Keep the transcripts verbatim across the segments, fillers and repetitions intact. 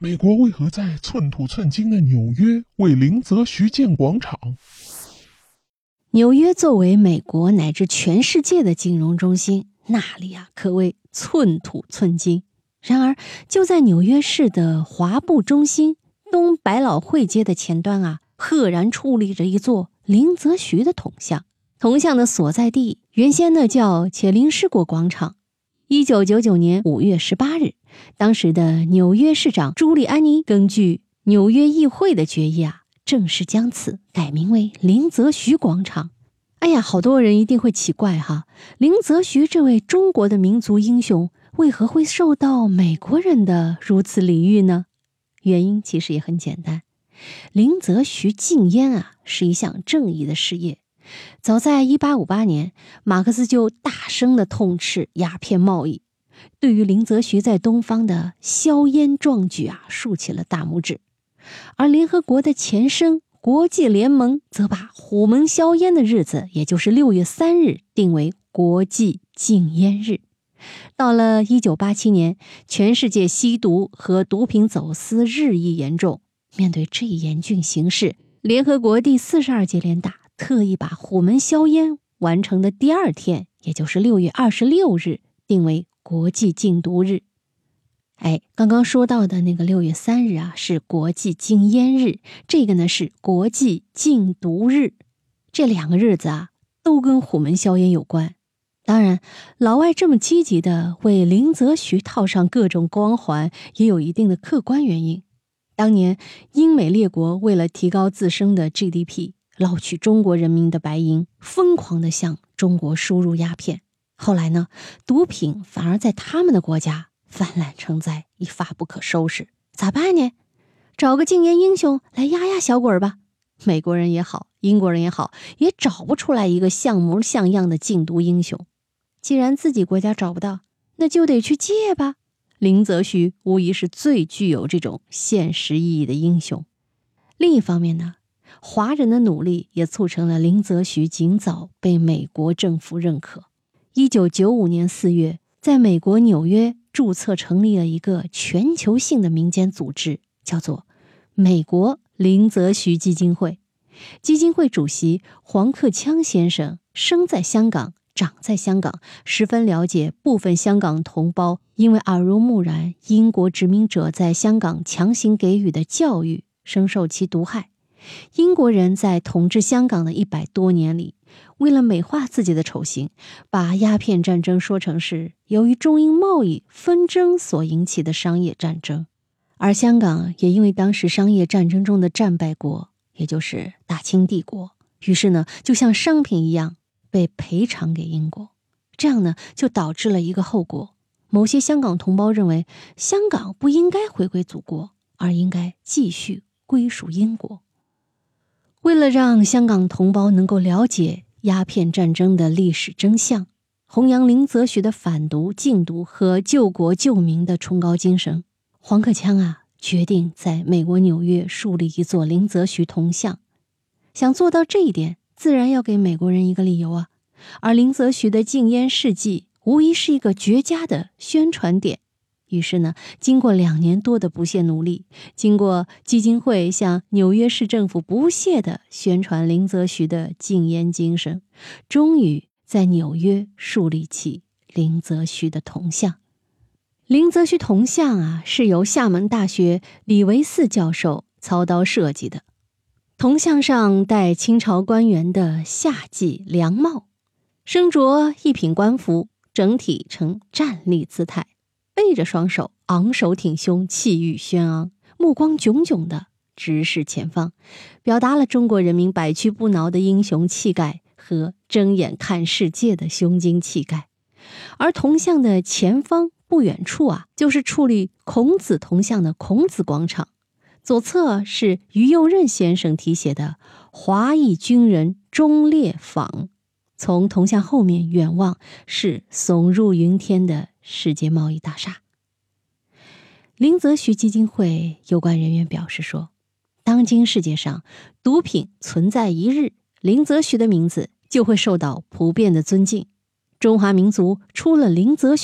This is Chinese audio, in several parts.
美国为何在寸土寸金的纽约为林则徐建广场？ 纽约作为美国乃至全世界的金融中心，那里啊可谓寸土寸金。然而就在纽约市的华埠中心东百老汇街的前端啊，赫然矗立着一座林则徐的铜像。铜像的所在地原先呢叫且林士国广场。一九九九年五月十八日，当时的纽约市长朱利安尼根据纽约议会的决议啊，正式将此改名为林则徐广场。哎呀，好多人一定会奇怪哈，林则徐这位中国的民族英雄为何会受到美国人的如此礼遇呢？原因其实也很简单，林则徐禁烟啊是一项正义的事业。早在一八五八年，马克思就大声地痛斥鸦片贸易，对于林则徐在东方的硝烟壮举啊竖起了大拇指。而联合国的前身国际联盟则把虎门销烟的日子，也就是六月三日定为国际禁烟日。到了一九八七年，全世界吸毒和毒品走私日益严重，面对这一严峻形势，联合国第四十二届联大特意把虎门销烟完成的第二天，也就是六月二十六日定为国际禁毒日。哎，刚刚说到的那个六月三日啊，是国际禁烟日，这个呢是国际禁毒日。这两个日子啊，都跟虎门销烟有关。当然，老外这么积极的为林则徐套上各种光环，也有一定的客观原因。当年英美列国为了提高自身的 G D P， 捞取中国人民的白银，疯狂地向中国输入鸦片。后来呢，毒品反而在他们的国家泛滥成灾，一发不可收拾。咋办呢？找个禁烟英雄来压压小鬼吧。美国人也好，英国人也好，也找不出来一个像模像样的禁毒英雄。既然自己国家找不到，那就得去借吧。林则徐无疑是最具有这种现实意义的英雄。另一方面呢，华人的努力也促成了林则徐尽早被美国政府认可。一九九五年四月，在美国纽约注册成立了一个全球性的民间组织，叫做美国林则徐基金会。基金会主席黄克强先生生在香港，长在香港，十分了解部分香港同胞因为耳濡目染英国殖民者在香港强行给予的教育，深受其毒害。英国人在统治香港的一百多年里，为了美化自己的丑行，把鸦片战争说成是由于中英贸易纷争所引起的商业战争，而香港也因为当时商业战争中的战败国，也就是大清帝国，于是呢，就像商品一样被赔偿给英国。这样呢，就导致了一个后果，某些香港同胞认为香港不应该回归祖国，而应该继续归属英国。为了让香港同胞能够了解鸦片战争的历史真相，弘扬林则徐的反毒、禁毒和救国救民的崇高精神，黄克强啊决定在美国纽约树立一座林则徐铜像。想做到这一点，自然要给美国人一个理由啊。而林则徐的禁烟事迹无疑是一个绝佳的宣传点。于是呢，经过两年多的不懈努力，经过基金会向纽约市政府不懈地宣传林则徐的禁烟精神，终于在纽约树立起林则徐的铜像。林则徐铜像啊，是由厦门大学李维四教授操刀设计的。铜像上戴清朝官员的夏季凉帽，身着一品官服，整体呈站立姿态，背着双手，昂首挺胸，气宇轩昂，目光炯炯地直视前方，表达了中国人民百屈不挠的英雄气概和睁眼看世界的胸襟气概。而铜像的前方不远处啊，就是矗立孔子铜像的孔子广场。左侧是于右任先生题写的华裔军人忠烈坊，从铜像后面远望是耸入云天的世界贸易大厦。林则徐基金会有关人员表示说，当今世界上毒品存在一日，林则徐的名字就会受到普遍的尊敬。中华民族出了林则徐，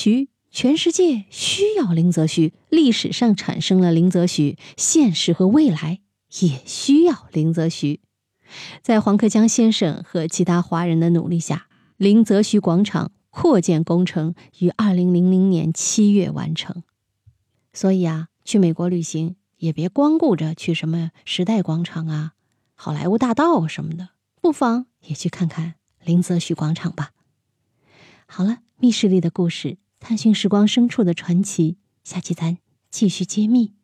全世界需要林则徐，历史上产生了林则徐，现实和未来也需要林则徐。在黄克江先生和其他华人的努力下，林则徐广场扩建工程于二零零零年七月完成。所以啊，去美国旅行也别光顾着去什么时代广场啊、好莱坞大道什么的，不妨也去看看林则徐广场吧。好了，密室里的故事，探寻时光深处的传奇，下期咱继续揭秘。